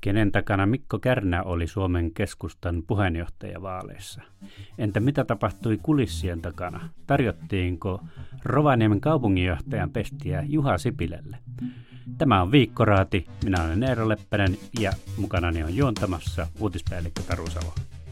Kenen takana Mikko Kärnä oli Suomen Keskustan puheenjohtajavaaleissa? Entä mitä tapahtui kulissien takana? Tarjottiinko Rovaniemen kaupunginjohtajan pestiä Juha Sipilälle? Tämä on Viikkoraati. Minä olen Eero Leppänen ja mukanani on juontamassa uutispäällikkö Taru Salo.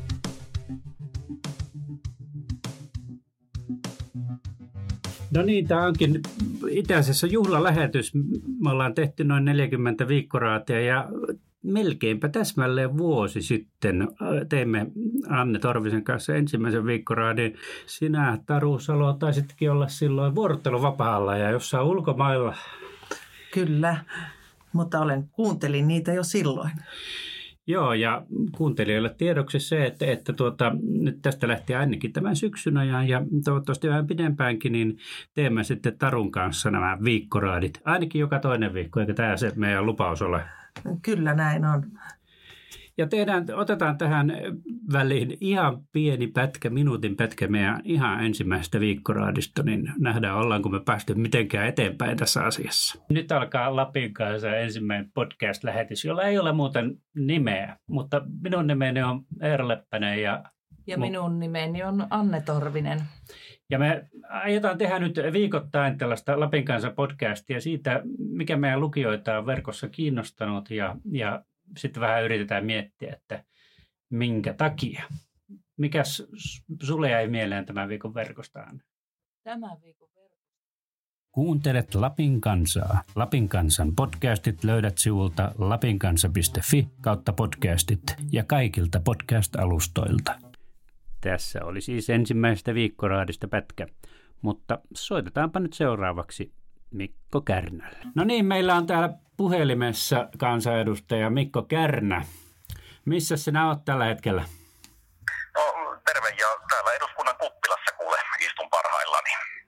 No niin, tämä onkin itse asiassa juhlalähetys. Me ollaan tehty noin 40 viikkoraatia ja melkeinpä täsmälleen vuosi sitten teimme Anne Torvisen kanssa ensimmäisen viikkoraadin. Sinä, Taru Salo, taisitkin olla silloin vuorotteluvapaalla ja jossain ulkomailla. Kyllä, mutta kuuntelin niitä jo silloin. Joo, ja kuuntelijoille tiedoksi se, että nyt tästä lähtien ainakin tämän syksynä ja toivottavasti vähän pidempäänkin, niin teemme sitten Tarun kanssa nämä viikkoraadit. Ainakin joka toinen viikko, eikä tämä se meidän lupaus ole. Kyllä näin on. Ja otetaan tähän väliin ihan pieni pätkä, minuutin pätkä meidän ihan ensimmäisestä viikkoraadista, niin nähdään ollaanko me päästy mitenkään eteenpäin tässä asiassa. Nyt alkaa Lapin kanssa ensimmäinen podcast-lähetys, jolla ei ole muuten nimeä, mutta minun nimeni on Eero Leppänen ja minun nimeni on Anne Torvinen. Ja me aiotaan tehdä nyt viikoittain tällaista Lapin kanssa podcastia siitä, mikä meidän lukijoita on verkossa kiinnostanut ja sitten vähän yritetään miettiä, että minkä takia. Mikäs sulle jäi mieleen tämän viikon verkostaan? Tämän viikon verkosta. Kuuntelet Lapin kansaa. Lapin kansan podcastit löydät sivulta lapinkansa.fi/podcastit ja kaikilta podcast-alustoilta. Tässä oli siis ensimmäisestä viikkoraadista pätkä, mutta soitetaanpa nyt seuraavaksi Mikko Kärnälle. No niin, meillä on täällä puhelimessa kansanedustaja Mikko Kärnä. Missä sinä olet tällä hetkellä? No terve, ja täällä eduskunnan kuppilassa kuule istun parhaillani.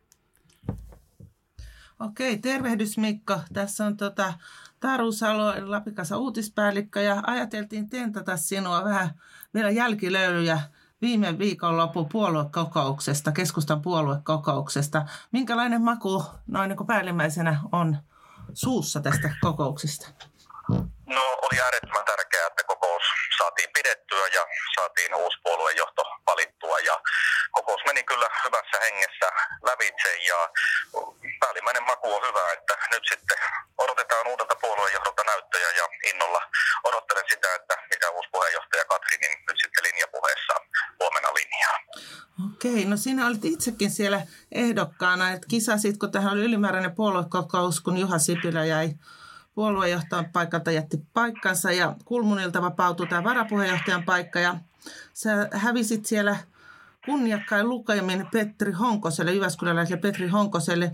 Okei, tervehdys Mikko. Tässä on Taru Salo, Lapin kansan uutispäällikkö, ja ajateltiin tentata sinua vähän vielä jälkilöylyjä viime viikonlopun puoluekokouksesta, keskustan puoluekokouksesta. Minkälainen maku noin niin kuin päällimmäisenä on suussa tästä kokouksesta? No oli äärettömän tärkeää, että kokous saatiin pidettyä ja saatiin uusi puoluejohto valittua ja kokous meni kyllä hyvässä hengessä lävitse ja päällimmäinen maku on hyvä, että nyt sitten odotetaan uudelta puoluejohdolta näyttöjä ja innolla odottelen sitä, että mitä uusi puheenjohtaja Katri niin nyt sitten linjapuheessa huomenna linjaa. Okei, no sinä olit itsekin siellä ehdokkaana, että kisasitko tähän oli ylimääräinen puoluekokous, kun Juha Sipilä jäi puoluejohtajan paikalta, jätti paikkansa ja Kulmunilta vapautui tämä varapuheenjohtajan paikka ja sä hävisit siellä kunniakkain lukemin Petri Honkoselle, Jyväskyläläiselle Petri Honkoselle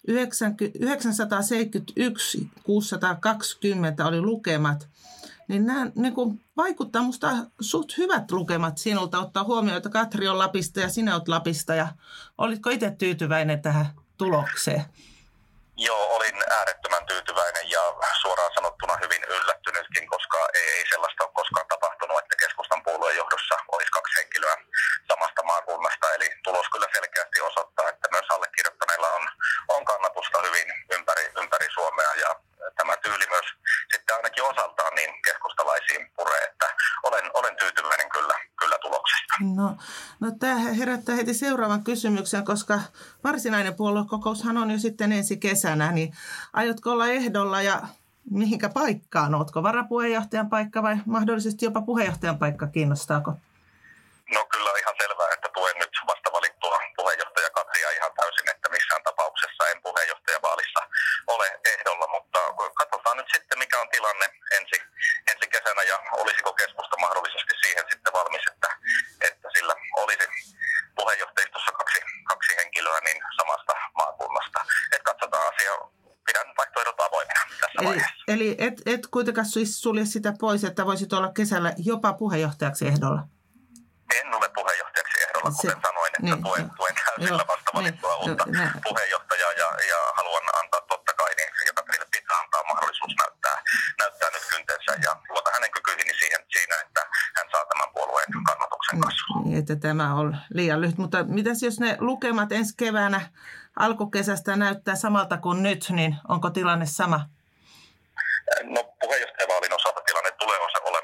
971 620 oli lukemat. Niin nämä niin vaikuttaa musta suht hyvät lukemat sinulta ottaa huomioon, että Katri on Lapista ja sinä olet Lapista. Ja olitko itse tyytyväinen tähän tulokseen? Joo, olin äärettömän tyytyväinen ja suoraan sanottuna hyvin yllättynytkin, koska ei sellaista ole koskaan tapahtunut, että keskustan puoluejohdossa olisi kaksi henkilöä samasta maakunnasta. Eli tulos kyllä selkeästi osoittaa, että myös allekirjoittaneilla on kannatusta hyvin ympäri Suomea ja tämä tyyli myös sitten ainakin osaltaan niin keskustalaisiin puree, että olen tyytyväinen kyllä tuloksesta. No tämä herättää heti seuraavan kysymyksen, koska varsinainen puoluekokoushan on jo sitten ensi kesänä, niin aiotko olla ehdolla ja mihinkä paikkaan? Oletko varapuheenjohtajan paikka vai mahdollisesti jopa puheenjohtajan paikka, kiinnostaako? No kyllä ihan selvää, että tuen nyt vasta valittua puheenjohtaja Katria ihan täysin, että missään tapauksessa en puheenjohtajavaalissa ole ehdolla, mutta katsotaan nyt sitten mikä on tilanne ensi kesänä ja olisiko keskusta mahdollisesti siihen sitten valmis, että sillä olisi puheenjohtajistossa kaksi henkilöä niin samasta maakunnasta. Et katsotaan asiaa, pidän vaihtoehdot avoimena tässä vaiheessa. Eli et kuitenkaan sulje sitä pois, että voisit olla kesällä jopa puheenjohtajaksi ehdolla? En ole puheenjohtajaksi ehdolla, kuten sanoin, että tuen täysillä vasta valittua uutta puheenjohtajaa ja haluan antaa totta kai, niin joka Katrille pitää antaa mahdollisuus näyttää nyt kyntensä ja luota hänen kykyihin siinä, että hän saa tämän puolueen kannatuksen kasvua. Niin, että tämä on liian lyhyt, mutta mitäs jos ne lukemat ensi keväänä alkukesästä näyttää samalta kuin nyt, niin onko tilanne sama? No puheenjohtajavaalin osalta tilanne tulee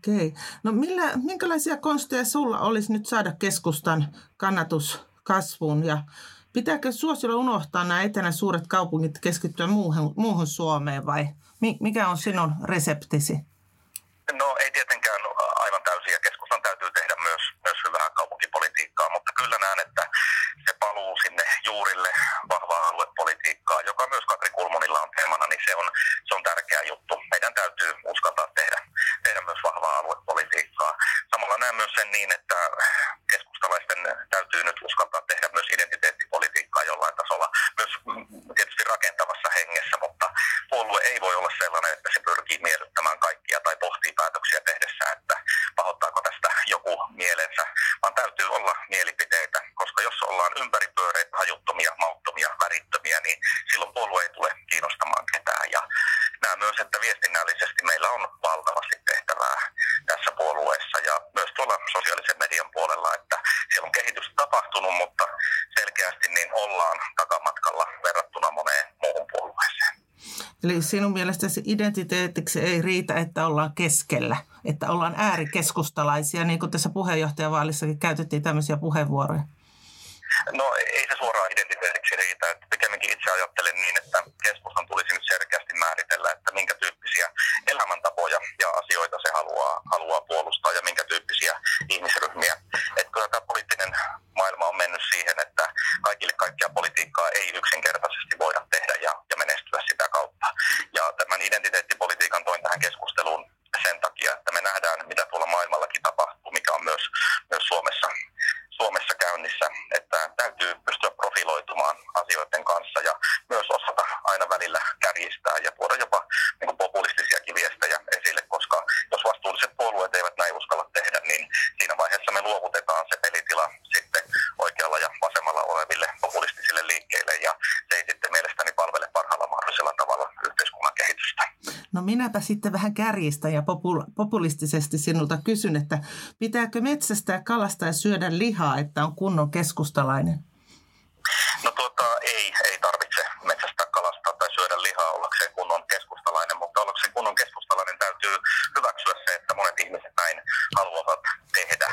Okei. No minkälaisia konsteja sulla olisi nyt saada keskustan kannatus kasvuun ja pitääkö suosiolla unohtaa nämä etelän suuret kaupungit keskittyä muuhun Suomeen vai mikä on sinun reseptisi? No ei tietenkään aivan täysin ja keskustan täytyy tehdä myös hyvää kaupunkipolitiikkaa, mutta kyllä näen, että se paluu sinne juurille vahvaa aluepolitiikkaa, joka myös Katri Kulmunilla on teemana, niin se on tärkeä juttu. Meidän täytyy uskaltaa tehdä myös vahvaa aluepolitiikkaa. Samalla näen myös sen niin, että keskustalaisten täytyy nyt uskaltaa tehdä myös identiteettipolitiikkaa jollain tasolla, myös tietysti rakentavassa hengessä, mutta puolue ei voi olla sellainen, että se pyrkii miellyttämään kaikkia tai pohtii päätöksiä tehdessä, että pahoittaako tästä joku mielensä, vaan täytyy olla mielipiteitä, koska jos ollaan ympäripyöreitä, hajuttomia, mauttomia, värittömiä, niin silloin puolue ei tule kiinnostamaan ketään. Ja näen myös, että viestinnällisesti meillä on valtavasti tehtävää tässä puolueessa ja myös tuolla sosiaalisen median puolella, että siellä on kehitystä tapahtunut, mutta selkeästi niin ollaan takamatkalla verrattuna moneen muuhun puolueeseen. Eli sinun mielestäsi identiteetiksi ei riitä, että ollaan keskellä, että ollaan äärikeskustalaisia, niin kuin tässä puheenjohtajavaalissakin käytettiin tämmöisiä puheenvuoroja. No ei se suoraan identiteetiksi riitä. Että pikemminkin itse ajattelen niin, että keskustan tulisi nyt selkeästi määritellä, että minkä tyyppisiä elämäntapoja ja asioita se haluaa puolustaa ja minkä tyyppisiä ihmisryhmiä. Että kyllä tämä poliittinen maailma on mennyt siihen, että kaikkea politiikkaa ei yksinkertaisesti voida tehdä ja menestyä sitä kautta. Ja tämän identiteettipolitiikan toin tähän keskusteluun sen takia, että me nähdään, mitä tuolla maailmallakin tapahtuu, mikä on myös Suomessa käynnissä, että täytyy pystyä profiloitumaan asioiden kanssa ja myös osata aina välillä kärjistää ja tuoda jopa niin populistisiakin viestejä esille, koska jos vastuulliset puolueet eivät näin uskalla tehdä, niin siinä vaiheessa me luovutetaan se pelitila sitten oikealla ja vasemmalla oleville populistisille liikkeille ja se ei sitten mielestäni palvele parhaalla mahdollisella tavalla yhteiskunnan kehitystä. No minäpä sitten vähän kärjistän ja populistisesti sinulta kysyn, että pitääkö metsästää, kalastaa ja syödä lihaa, että on kunnon keskustalainen? No ei tarvitse metsästää, kalastaa tai syödä lihaa ollakseen kunnon keskustalainen, mutta ollakseen kunnon keskustalainen täytyy hyväksyä se, että monet ihmiset näin haluavat tehdä.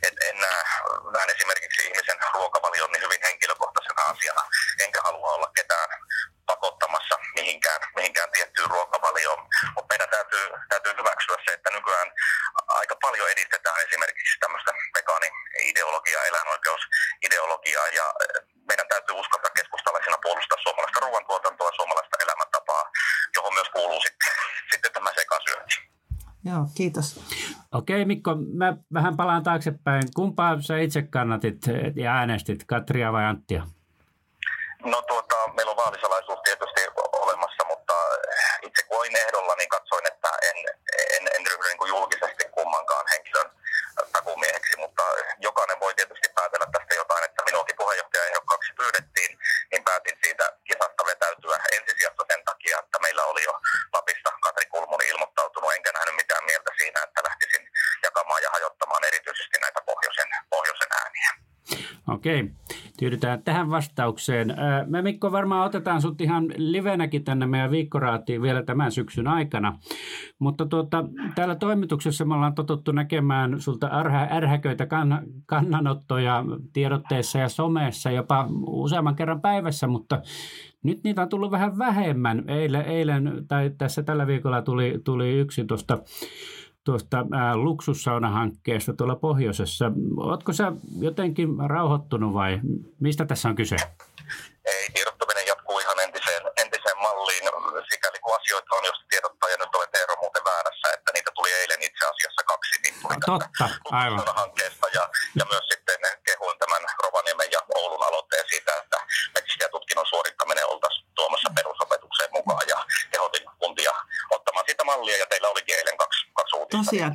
Näen esimerkiksi ihmisen ruokavalion niin hyvin henkilökohtaisena asiana, enkä halua olla ketään pakottamassa mihinkään tiettyyn ruokavalioon. Mutta meidän täytyy hyväksyä se, että nykyään aika paljon edistetään esimerkiksi tämmöistä vegaani-ideologiaa, eläinoikeusideologiaa ja meidän täytyy uskaltaa keskustalaisina puolustaa suomalaista ruoantuotantoa, suomalaista elämäntapaa, johon myös kuuluu sitten tämä sekasyönti. Joo, kiitos. Okei Mikko, mä vähän palaan taaksepäin. Kumpaa sä itse kannatit ja äänestit, Katria vai Anttia? No meillä on vaalisalaisuus tietysti olemassa, mutta itse kun olin ehdolla, niin katsoin, että en ryhdy niin kuin julkisesti kummankaan henkilön takumieheksi, mutta jokainen voi tietysti päätellä tästä jotain, että minuakin puheenjohtajaehdokkaaksi pyydettiin, niin päätin siitä kisasta vetäytyä ensisijassa sen takia, että meillä oli jo Lapista Katri Kulmuni ilmoittautunut, enkä nähnyt mitään mieltä siinä, että lähtisin jakamaan ja hajottamaan erityisesti näitä pohjoisen ääniä. Okei, tyydytään tähän vastaukseen. Me Mikko varmaan otetaan sut ihan livenäkin tänne meidän viikkoraatiin vielä tämän syksyn aikana, mutta täällä toimituksessa me ollaan totuttu näkemään sulta ärhäköitä kannanottoja tiedotteissa ja somessa jopa useamman kerran päivässä, mutta nyt niitä on tullut vähän vähemmän. Eilen tai tässä tällä viikolla tuli yksi tuosta luksussaunahankkeesta tuolla pohjoisessa. Ootko sä jotenkin rauhoittunut vai mistä tässä on kyse? Ei, tiedottaminen jatkuu ihan entiseen malliin. Sikäli kun asioita on, jos tiedottaa, ja nyt olet Eero muuten väärässä, että niitä tuli eilen itse asiassa 2, niin tuli tästä luksussaunahankkeesta ja myös sitten kehuin tämän Rovaniemen ja Oulun aloitteen siitä, että metsästäjätutkinnon suorittaminen oltaisiin tuomassa perusopetukseen mukaan ja kehotin kuntia ottamaan siitä mallia ja teillä olikin eilen kaksi uutista.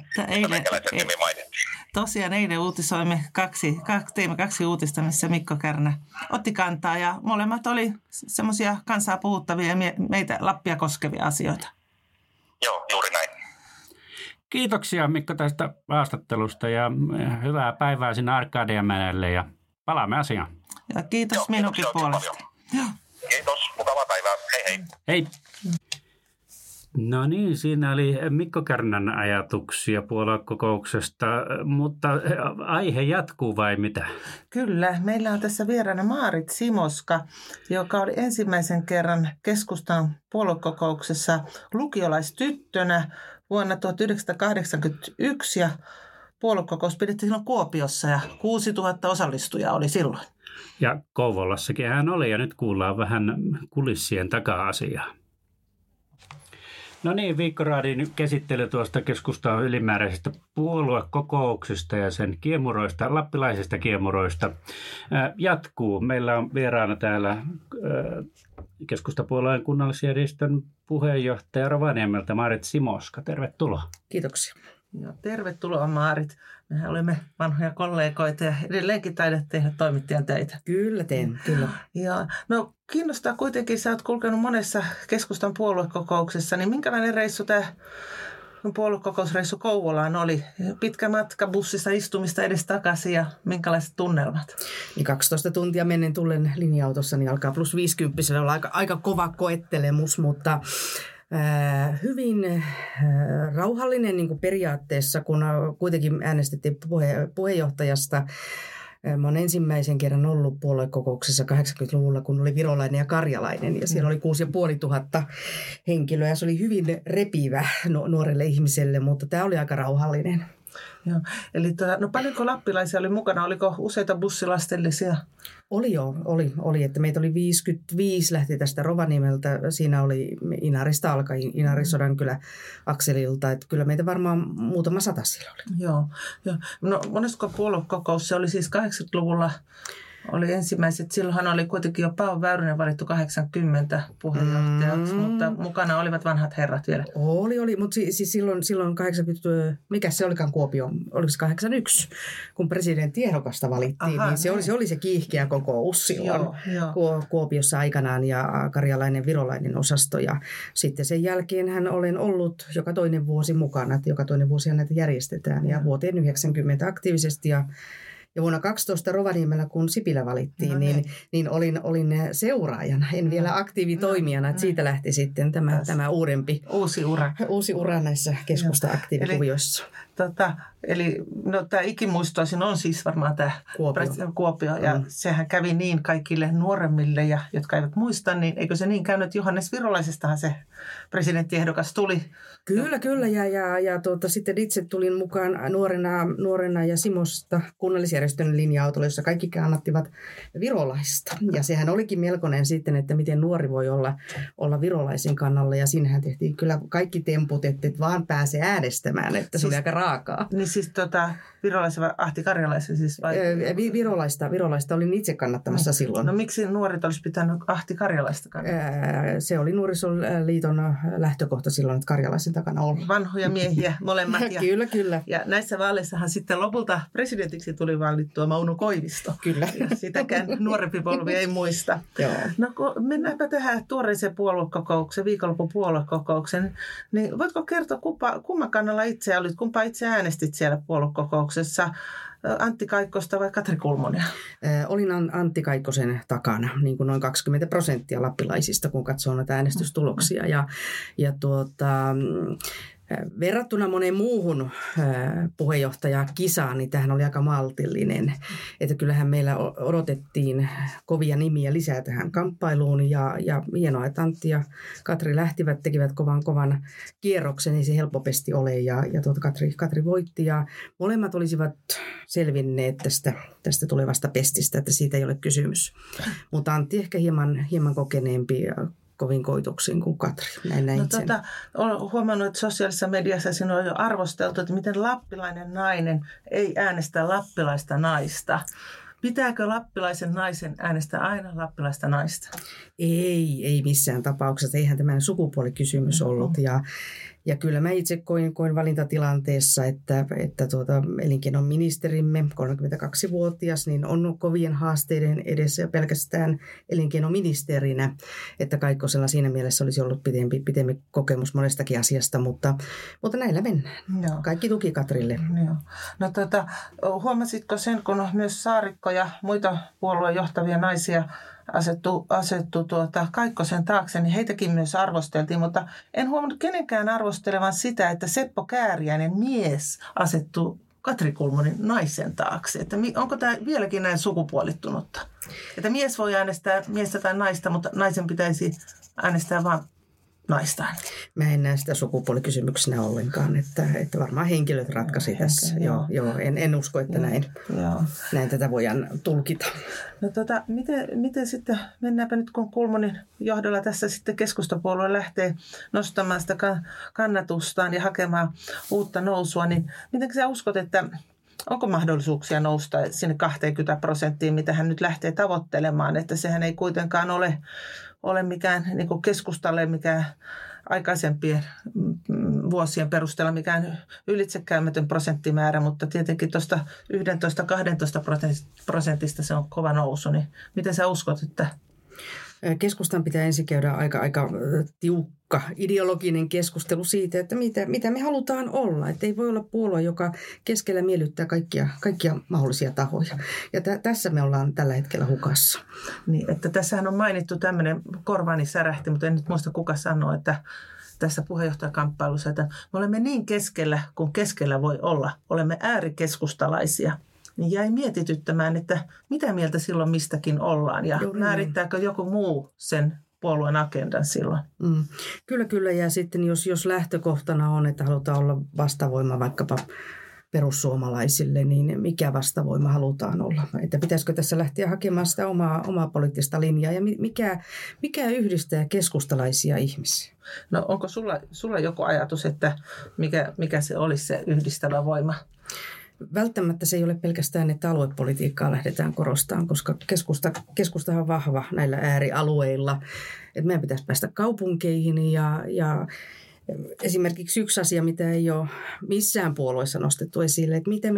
Tosiaan eilen uutisoimme teimme 2 uutista, missä Mikko Kärnä otti kantaa ja molemmat oli semmoisia kansaa puhuttavia ja meitä Lappia koskevia asioita. Joo, juuri näin. Kiitoksia Mikko tästä haastattelusta ja hyvää päivää sinne Arkadianmäelle ja palaamme asiaan. Ja kiitos minunkin puolesta. Kiitos, mukavaa päivää. Hei hei. Hei. No niin, siinä oli Mikko Kärnän ajatuksia puoluekokouksesta, mutta aihe jatkuu vai mitä? Kyllä, meillä on tässä vieraana Maarit Simoska, joka oli ensimmäisen kerran keskustan puoluekokouksessa lukiolaistyttönä vuonna 1981 ja puoluekokous pidettiin silloin Kuopiossa ja 6000 osallistujaa oli silloin. Ja Kouvolassakin hän oli ja nyt kuullaan vähän kulissien taka-asiaa. No niin, Viikkoraadin käsittely tuosta keskustan ylimääräisestä puoluekokouksesta ja sen kiemuroista, lappilaisista kiemuroista jatkuu. Meillä on vieraana täällä keskustapuolueen kunnallisjärjestön puheenjohtaja Rovaniemeltä Maarit Simoska. Tervetuloa. Kiitoksia. Ja tervetuloa Maarit. Mehän olemme vanhoja kollegoita ja edelleenkin taidat tehdä toimittajan töitä. Kyllä teen, kyllä. Ja, no kiinnostaa kuitenkin, sä oot kulkenut monessa keskustan puoluekokouksessa, niin minkälainen reissu tämä puoluekokousreissu Kouvolaan oli? Pitkä matka bussissa istumista edes takaisin ja minkälaiset tunnelmat? Niin 12 tuntia mennen tullen linja-autossa, niin alkaa plus 50 olla aika kova koettelemus, mutta hyvin rauhallinen niin kuin periaatteessa, kun kuitenkin äänestettiin puheenjohtajasta. Mä olen ensimmäisen kerran ollut puoluekokouksessa 80-luvulla, kun oli virolainen ja karjalainen. Ja siellä oli 6500 henkilöä ja se oli hyvin repivä nuorelle ihmiselle, mutta tämä oli aika rauhallinen. Joo. Eli no paljonko lappilaisia oli mukana? Oliko useita bussilastellisia? Oli. Että meitä oli 55, lähti tästä Rovaniemeltä. Siinä oli Inarista alkaen, Inari-Sodankylä akselilta. Että kyllä meitä varmaan muutama 100 siellä oli. Joo. No monestako puoluekokous se oli siis 80-luvulla? Oli ensimmäiset. Silloinhan oli kuitenkin jo Paavo Väyrynen valittu 80 puheenjohtajaksi, mutta mukana olivat vanhat herrat vielä. Oli, mutta siis silloin 80, mikä se olikaan Kuopio, oliko se 81, kun presidenttiehdokasta valittiin, niin se oli se kiihkeä kokous silloin Kuopiossa aikanaan ja karjalainen virolainen osasto. Ja sitten sen jälkeen hän olen ollut joka toinen vuosi mukana, että joka toinen vuosi näitä järjestetään ja vuoteen 90 aktiivisesti ja vuonna 12 Rovaniemellä, kun Sipilä valittiin, niin olin seuraajana, en vielä aktiivitoimijana. Että siitä lähti sitten tämä uusi ura näissä keskusta-aktiivikuvioissa. Eli tämä ikimuistoisin on siis varmaan tämä Kuopio. Ja sehän kävi niin kaikille nuoremmille, ja jotka eivät muista, niin eikö se niin käynyt, että Johannes Virolaisestahan se presidenttiehdokas tuli? Kyllä. Ja sitten itse tulin mukaan nuorena ja Simosta kunnallisjärjestön linja-autolla, jossa kaikki kannattivat virolaista. Ja sehän olikin melkoinen sitten, että miten nuori voi olla virolaisen kannalla. Ja siinähän tehtiin kyllä kaikki temput, että vaan pääse äänestämään, että se oli aika raakaa. Niin siis virolaisen vai Ahti Karjalaisen siis? Vai? Virolaista olin itse kannattamassa silloin. No miksi nuoret olisi pitänyt Ahti Karjalaista kannattaa? Se oli Nuorisoliiton lähtökohta silloin, että Karjalaisen takana olla. Vanhoja miehiä molemmat. Kyllä. Ja näissä vaaleissahan sitten lopulta presidentiksi tuli valittua Mauno Koivisto. Kyllä. Ja sitäkään nuorempi polvi ei muista. Joo. No mennäänpä tähän tuoreeseen puoluekokoukseen, viikonlopun puoluekokouksen. Niin voitko kertoa, kumman kannalla itse olit, kumpa itse äänestit siellä puoluekokouksessa? Antti Kaikkosta vai Katri Kulmunia? Olin Antti Kaikkosen takana, niin kuin noin 20% lappilaisista, kun katsoo näitä äänestystuloksia. Verrattuna moneen muuhun puheenjohtajakisaan, niin tämähän oli aika maltillinen. Että kyllähän meillä odotettiin kovia nimiä lisää tähän kamppailuun ja hienoa, että Antti ja Katri tekivät kovan kierroksen, niin se helpopesti ole ja Katri voitti ja molemmat olisivat selvinneet tästä tulevasta pestistä, että siitä ei ole kysymys. Mutta Antti ehkä hieman kokeneempi ja kovin koituksiin kuin Katri. Näin sen. Olen huomannut, että sosiaalisessa mediassa sinua on jo arvosteltu, että miten lappilainen nainen ei äänestä lappilaista naista. Pitääkö lappilaisen naisen äänestää aina lappilaista naista? Ei missään tapauksessa. Eihän tämä sukupuolikysymys ollut. Ja kyllä mä itse koin valintatilanteessa, että elinkeinoministerimme, 32-vuotias, niin on kovien haasteiden edessä pelkästään elinkeinoministerinä, että Kaikkosella siinä mielessä olisi ollut pitempi kokemus monestakin asiasta, mutta näillä mennään. Joo. Kaikki tuki Katrille. Joo. No huomasitko sen, kun myös Saarikko ja muita puolueen johtavia naisia asettu Kaikkosen taakse, niin heitäkin myös arvosteltiin, mutta en huomannut kenenkään arvostelevan sitä, että Seppo Kääriäinen mies asettuu Katri Kulmunin naisen taakse. Että onko tämä vieläkin näin sukupuolittunutta? Että mies voi äänestää miestä tai naista, mutta naisen pitäisi äänestää vain naista. Mä en näe sitä sukupuolikysymyksenä ollenkaan, että varmaan henkilöt ratkaisi tässä. Joo, en usko, että näin tätä voidaan tulkita. No miten sitten, mennäänpä nyt kun Kulmunin johdolla tässä sitten keskustapuolue lähtee nostamaan sitä kannatustaan ja hakemaan uutta nousua, niin miten sä uskot, että onko mahdollisuuksia nousta sinne 20%, mitä hän nyt lähtee tavoittelemaan, että sehän ei kuitenkaan ole mikään niin kuin keskustalle mikään aikaisempien vuosien perusteella mikään ylitsekäymätön prosenttimäärä, mutta tietenkin tuosta 11-12% se on kova nousu. Niin miten sä uskot, että... Keskustan pitää ensin käydä aika tiukka ideologinen keskustelu siitä, että mitä me halutaan olla. Että ei voi olla puolue, joka keskellä miellyttää kaikkia mahdollisia tahoja. Ja tässä me ollaan tällä hetkellä hukassa. Niin, että tässähän on mainittu tämmöinen, korvaani särähti, mutta en nyt muista kuka sanoo, että tässä puheenjohtajakamppailussa, että me olemme niin keskellä kuin keskellä voi olla. Olemme äärikeskustalaisia. Niin jäi mietityttämään, että mitä mieltä silloin mistäkin ollaan ja määrittääkö joku muu sen puolueen agendan silloin. Kyllä. Ja sitten jos lähtökohtana on, että halutaan olla vastavoima vaikkapa perussuomalaisille, niin mikä vastavoima halutaan olla? Että pitäisikö tässä lähteä hakemaan sitä omaa poliittista linjaa ja mikä yhdistää keskustalaisia ihmisiä? No onko sulla joku ajatus, että mikä se olisi se yhdistävä voima? Välttämättä se ei ole pelkästään, että aluepolitiikkaa lähdetään korostamaan, koska keskusta on vahva näillä äärialueilla. Että meidän pitäisi päästä kaupunkeihin ja esimerkiksi yksi asia, mitä ei ole missään puolueessa nostettu esille, että mitä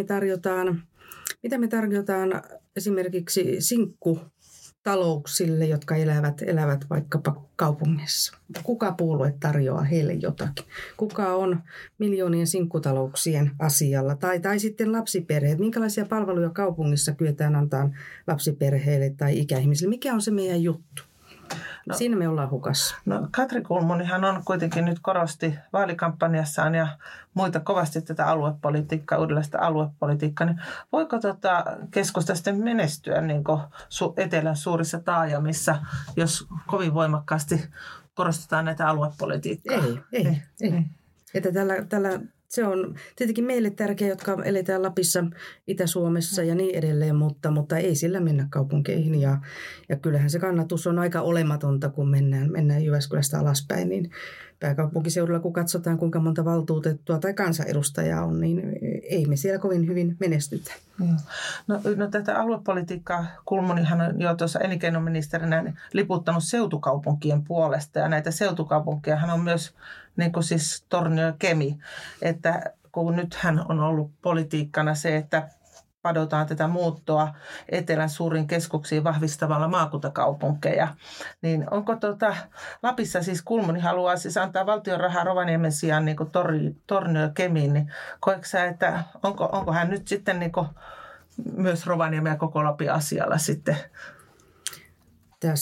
me tarjotaan esimerkiksi sinkkutalouksille, jotka elävät vaikkapa kaupungissa. Kuka puolue tarjoaa heille jotakin? Kuka on miljoonien sinkkutalouksien asialla? Tai sitten lapsiperheet. Minkälaisia palveluja kaupungissa kyetään antaa lapsiperheille tai ikäihmisille? Mikä on se meidän juttu? No, siinä me ollaan hukassa. No, Katri Kulmunihan on kuitenkin nyt korosti vaalikampanjassaan ja muita kovasti tätä aluepolitiikkaa, uudenlaista aluepolitiikkaa. Niin voiko keskusta sitten menestyä niin kuin etelän suurissa taajamissa, jos kovin voimakkaasti korostetaan näitä aluepolitiikkaa? Ei. Että tällä se on tietenkin meille tärkeää, jotka eletään Lapissa, Itä-Suomessa ja niin edelleen, mutta ei sillä mennä kaupunkeihin. Ja kyllähän se kannatus on aika olematonta, kun mennään Jyväskylästä alaspäin. Niin pääkaupunkiseudulla, kun katsotaan, kuinka monta valtuutettua tai kansanedustajaa on, niin ei me siellä kovin hyvin menestytä. No tätä aluepolitiikkaa Kulmunihan on jo tuossa elinkeinoministerinä liputtanut seutukaupunkien puolesta. Ja näitä seutukaupunkejahan on myös niin kuin siis Tornio ja Kemi, että kun nythän on ollut politiikkana se, että padotaan tätä muuttoa etelän suuriin keskuksiin vahvistavalla maakuntakaupunkeja. Niin onko Lapissa siis Kulmuni haluaa siis antaa valtion rahaa Rovaniemen sijaan niin kuin Tornio ja Kemiin, niin koetko sä, että onko hän nyt sitten niin kuin myös Rovaniemen ja koko Lapin asialla sitten? Tämä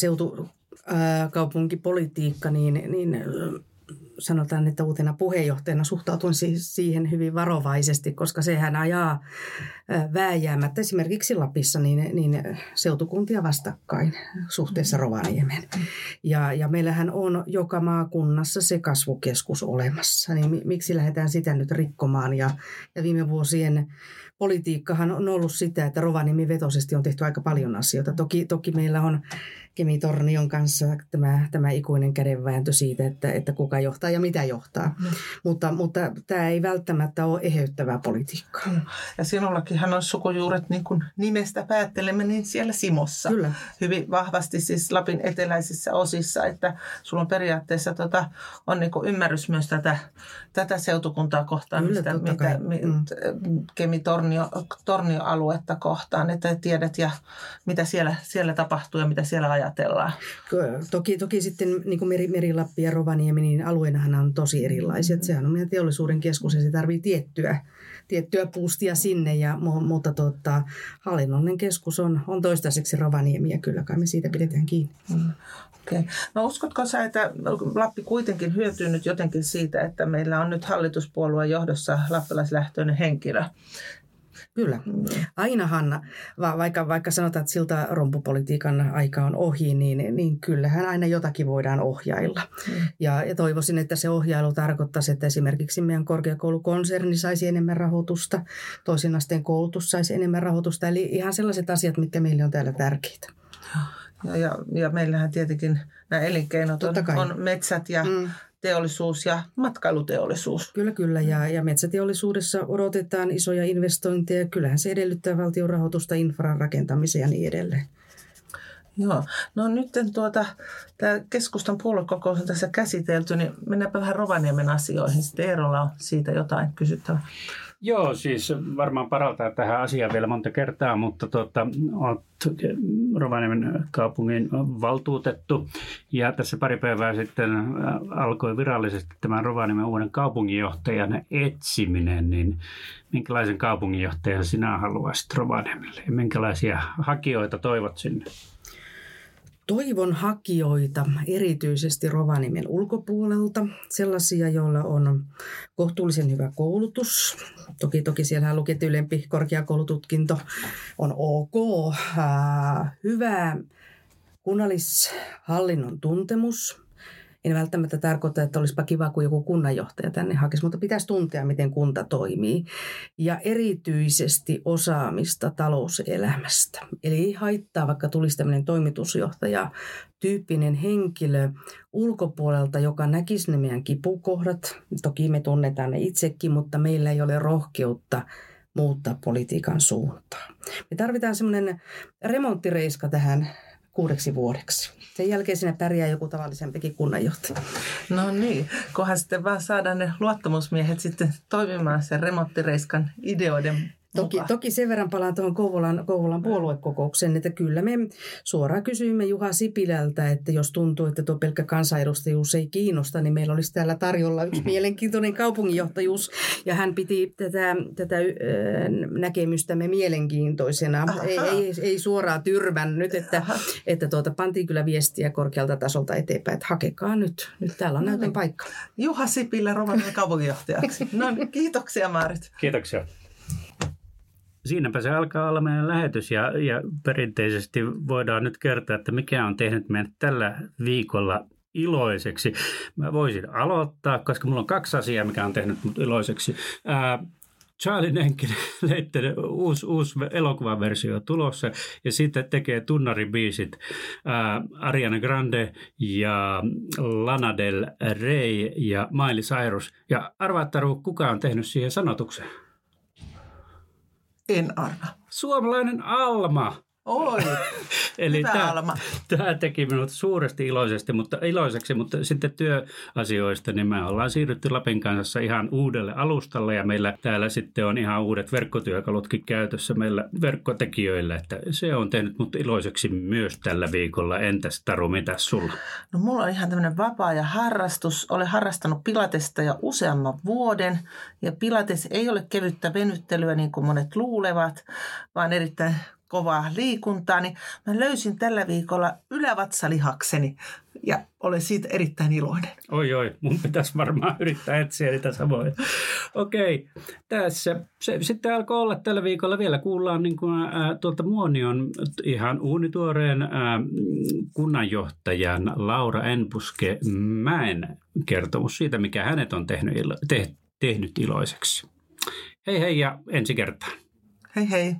seutukaupunkipolitiikka, niin sanotaan, että uutena puheenjohtajana suhtautun siihen hyvin varovaisesti, koska sehän ajaa vääjäämättä esimerkiksi Lapissa niin seutukuntia vastakkain suhteessa Rovaniemeen. Ja meillähän on joka maakunnassa se kasvukeskus olemassa, niin miksi lähdetään sitä nyt rikkomaan? Ja viime vuosien politiikkahan on ollut sitä, että Rovaniemi vetoisesti on tehty aika paljon asioita. Toki meillä on Kemi-Tornion kanssa tämä ikuinen kädenvääntö siitä, että kuka johtaa ja mitä johtaa. Mutta tämä ei välttämättä ole eheyttävää politiikkaa. Ja sinullakinhan on sukujuuret niin kuin nimestä päättelemme niin siellä Simossa. Kyllä. Hyvin vahvasti siis Lapin eteläisissä osissa, että sulla on periaatteessa on niin kuin ymmärrys myös tätä seutukuntaa kohtaan, Kemi-Tornio-aluetta kohtaan, että tiedät ja mitä siellä tapahtuu ja mitä siellä ajatellaan. Toki sitten niin kuin Meri-Lappi ja Rovaniemi, niin alueenahan on tosi erilaisia. Sehän on meidän teollisuuden keskus ja se tarvitsee tiettyä boostia sinne, mutta hallinnollinen keskus on toistaiseksi Rovaniemi ja kyllä kai me siitä pidetään kiinni. Okay. No uskotko sä, että Lappi kuitenkin hyötyy nyt jotenkin siitä, että meillä on nyt hallituspuolueen johdossa lappilaislähtöinen henkilö? Kyllä. Ainahan, vaikka sanotaan, että siltä rompupolitiikan aika on ohi, niin kyllähän aina jotakin voidaan ohjailla. Ja toivoisin, että se ohjailu tarkoittaisi, että esimerkiksi meidän korkeakoulukonserni saisi enemmän rahoitusta, toisen asteen koulutus saisi enemmän rahoitusta, eli ihan sellaiset asiat, mitkä meille on täällä tärkeitä. Ja meillähän tietenkin nämä elinkeinot on metsät ja teollisuus ja matkailuteollisuus. Kyllä. Ja metsäteollisuudessa odotetaan isoja investointeja. Kyllähän se edellyttää valtion rahoitusta infran rakentamiseen ja niin edelleen. Joo. No nyt tämä keskustan puoluekokous on tässä käsitelty, niin mennäänpä vähän Rovaniemen asioihin. Sitten Eerolla on siitä jotain kysyttävää. Joo, siis varmaan paraltaa tähän asiaan vielä monta kertaa, mutta olet Rovaniemen kaupungin valtuutettu ja tässä pari päivää sitten alkoi virallisesti tämän Rovaniemen uuden kaupunginjohtajan etsiminen, niin minkälaisen kaupunginjohtajan sinä haluaisit Rovaniemelle ja minkälaisia hakijoita toivot sinne? Toivon hakijoita erityisesti Rovaniemen ulkopuolelta, sellaisia, joilla on kohtuullisen hyvä koulutus. Toki siellähän lukee, että ylempi korkeakoulututkinto on ok. Hyvä kunnallishallinnon tuntemus. En välttämättä tarkoita, että olisipa kiva, kun joku kunnanjohtaja tänne hakisi, mutta pitäisi tuntea, miten kunta toimii. Ja erityisesti osaamista talouselämästä. Eli ei haittaa, vaikka tulisi tämmöinen toimitusjohtaja-tyyppinen henkilö ulkopuolelta, joka näkisi ne meidän kipukohdat. Toki me tunnetaan ne itsekin, mutta meillä ei ole rohkeutta muuttaa politiikan suuntaa. Me tarvitaan semmoinen remonttireiska tähän 6 vuodeksi. Sen jälkeen sinne pärjää joku tavallisempikin kunnanjohtaja. No niin, kunhan sitten vaan saadaan ne luottamusmiehet sitten toimimaan sen remonttireiskan ideoiden Toki sen verran palaan tuohon Kouvolan puoluekokoukseen, että kyllä me suoraan kysyimme Juha Sipilältä, että jos tuntuu, että tuo pelkkä kansanedustajuus ei kiinnosta, niin meillä olisi täällä tarjolla yksi mielenkiintoinen kaupunginjohtajuus. Ja hän piti tätä näkemystämme mielenkiintoisena. Ei suoraan tyrmännyt, että pantiin kyllä viestiä korkealta tasolta eteenpäin, että hakekaa nyt. Nyt täällä on näytön paikka. Juha Sipilä Rovaniemen kaupunginjohtajaksi. No niin, kiitoksia Maarit. Kiitoksia. Siinäpä se alkaa olla meidän lähetys ja perinteisesti voidaan nyt kertoa, että mikä on tehnyt meidät tällä viikolla iloiseksi. Mä voisin aloittaa, koska mulla on 2 asiaa, mikä on tehnyt mut iloiseksi. Charlie Nenkinen uusi elokuvaversio tulossa ja sitten tekee tunnaribiisit Ariana Grande ja Lana Del Rey ja Miley Cyrus. Ja arvaattaru, kuka on tehnyt siihen sanotuksen? En arva. Suomalainen Alma. Oi, eli Alma. Tämä teki minut suuresti iloiseksi, mutta sitten työasioista niin me ollaan siirrytty Lapin kanssa ihan uudelle alustalle ja meillä täällä sitten on ihan uudet verkkotyökalutkin käytössä meillä verkkotekijöillä, että se on tehnyt mut iloiseksi myös tällä viikolla. Entäs Taru, mitäs sulla? No mulla on ihan tämmöinen vapaa ja harrastus. Olen harrastanut pilatesta jo useamman vuoden ja pilates ei ole kevyttä venyttelyä niin kuin monet luulevat, vaan erittäin kovaa liikuntaa, niin mä löysin tällä viikolla ylävatsalihakseni ja olen siitä erittäin iloinen. Oi, mun pitäisi varmaan yrittää etsiä niitä samoja. Okei, tässä se sitten alkoi olla tällä viikolla vielä. Kuullaan niin kuin, tuolta Muonion ihan uunituoreen kunnanjohtajan Laura Enbuske-Mäen kertomus siitä, mikä hänet on tehnyt iloiseksi. Hei ja ensi kertaan. Hei.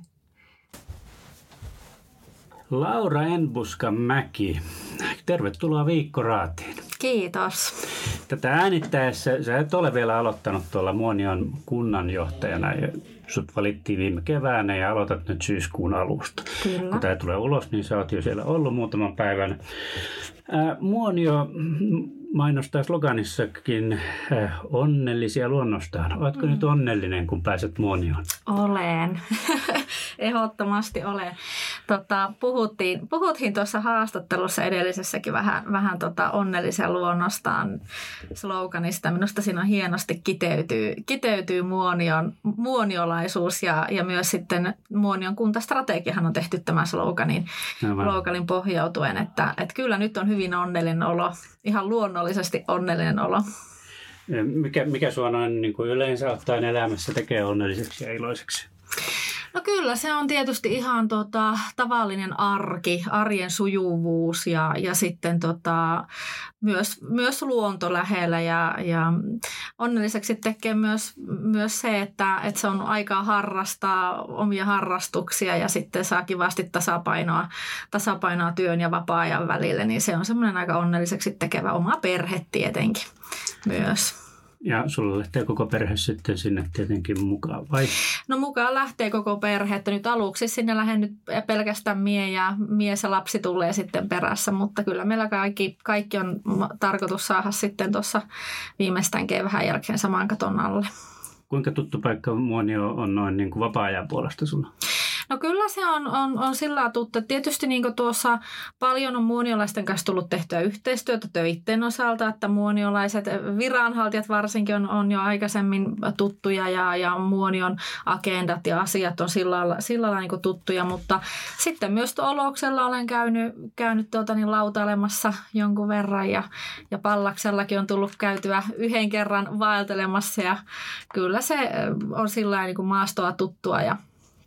Laura Enbuska-Mäki, tervetuloa Viikkoraatiin. Kiitos. Tätä äänittäessä, sä et ole vielä aloittanut tuolla Muonion kunnanjohtajana. Sut valittiin viime keväänä ja aloitat nyt syyskuun alusta. Kyllä. Kun tämä tulee ulos, niin sä oot jo siellä ollut muutaman päivän. Muonio mainostaa sloganissakin onnellisia luonnostaan. Oletko nyt onnellinen, kun pääset Muonioon? Olen. ehdottomasti olen. Puhuttiin tuossa haastattelussa edellisessäkin vähän onnellisen luonnostaan sloganista. Minusta siinä on hienosti kiteytyy muoniolaisuus ja myös sitten Muonion kuntastrategiahan on tehty tämän sloganin pohjautuen, että kyllä nyt on hyvin onnellinen olo, ihan luonnollisesti onnellinen olo. Mikä sua noin niin kuin yleensä ottaen elämässä tekee onnelliseksi ja iloiseksi? No kyllä, se on tietysti ihan tavallinen arjen sujuvuus ja sitten myös luonto lähellä ja onnelliseksi tekee myös se, että se on aikaa harrastaa omia harrastuksia ja sitten saa kivasti tasapainoa työn ja vapaa-ajan välille, niin se on semmoinen aika onnelliseksi tekevä oma perhe tietenkin myös. Ja sulla lähtee koko perhe sitten sinne tietenkin mukaan, vai? No mukaan lähtee koko perhe, että nyt aluksi sinne lähden nyt pelkästään mies ja lapsi tulee sitten perässä, mutta kyllä meillä kaikki on tarkoitus saada sitten tuossa viimeistään kevään jälkeen saman katon alle. Kuinka tuttu paikka Muonio on noin niin kuin vapaa-ajan puolesta sulla? No kyllä se on sillä tuttu. Tietysti niin kuin tuossa paljon on muoniolaisten kanssa tullut tehtyä yhteistyötä töitten osalta, että muoniolaiset viranhaltijat varsinkin on jo aikaisemmin tuttuja ja Muonion agendat ja asiat on sillä lailla niin kuin tuttuja, mutta sitten myös Oloksella olen käynyt lautailemassa jonkun verran ja Pallaksellakin on tullut käytyä yhden kerran vaeltelemassa ja kyllä se on sillä lailla niin kuin maastoa tuttua ja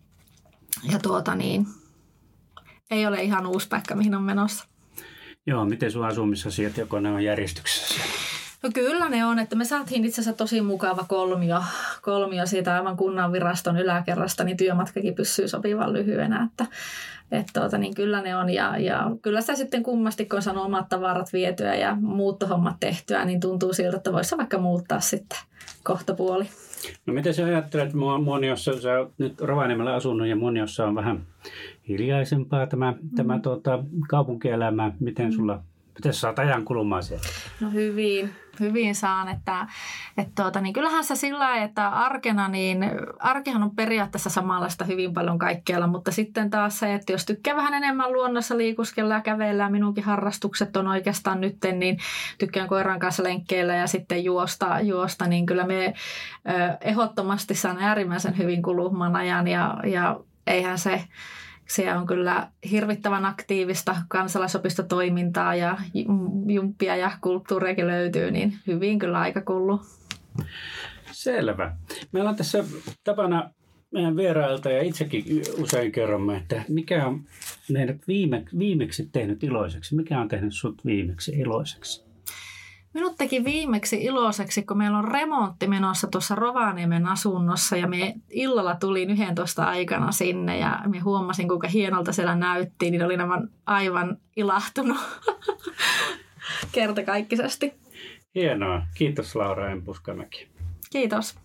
ei ole ihan uusi paikka, mihin on menossa. Joo, miten sun asumisasiat, joko ne on järjestyksessä? No kyllä ne on, että me saatiin itse asiassa tosi mukava kolmio siitä aivan kunnanviraston yläkerrasta, niin työmatkakin pysyy sopivan lyhyenä, että niin kyllä ne on ja kyllä sitä sitten kummasti, kun on saanut omat tavarat vietyä ja muuttohommat tehtyä, niin tuntuu siltä, että voisi vaikka muuttaa sitten kohtapuoli. No miten sä ajattelet, että Muoniossa, sä oot nyt Rovaniemellä asunut ja Muoniossa on vähän hiljaisempaa tämä kaupunkielämä. Miten sä saat ajan kulumaan siellä? No hyvin saan, että niin kyllähän se sillä lailla, että arkehan on periaatteessa samanlaista hyvin paljon kaikkialla, mutta sitten taas se, että jos tykkää vähän enemmän luonnossa liikuskella ja kävellä, minunkin harrastukset on oikeastaan nytten, niin tykkään koiran kanssa lenkkeillä ja sitten juosta, niin kyllä me ehdottomasti saan äärimmäisen hyvin kulumaan ajan ja eihän se on kyllä hirvittävän aktiivista kansalaisopistotoimintaa ja jumppia ja kulttuuriakin löytyy, niin hyvin kyllä aika kuluu. Selvä. Meillä on tässä tapana meidän vierailta ja itsekin usein kerromme, että mikä on meidät viimeksi tehnyt iloiseksi? Mikä on tehnyt sut viimeksi iloiseksi? Minut teki viimeksi iloiseksi, kun meillä on remontti menossa tuossa Rovaniemen asunnossa ja me illalla tulin 11 aikana sinne ja me huomasin, kuinka hienolta siellä näytti, niin olin aivan ilahtunut kertakaikkisesti. Hienoa. Kiitos Laura Empuskamäki. Kiitos.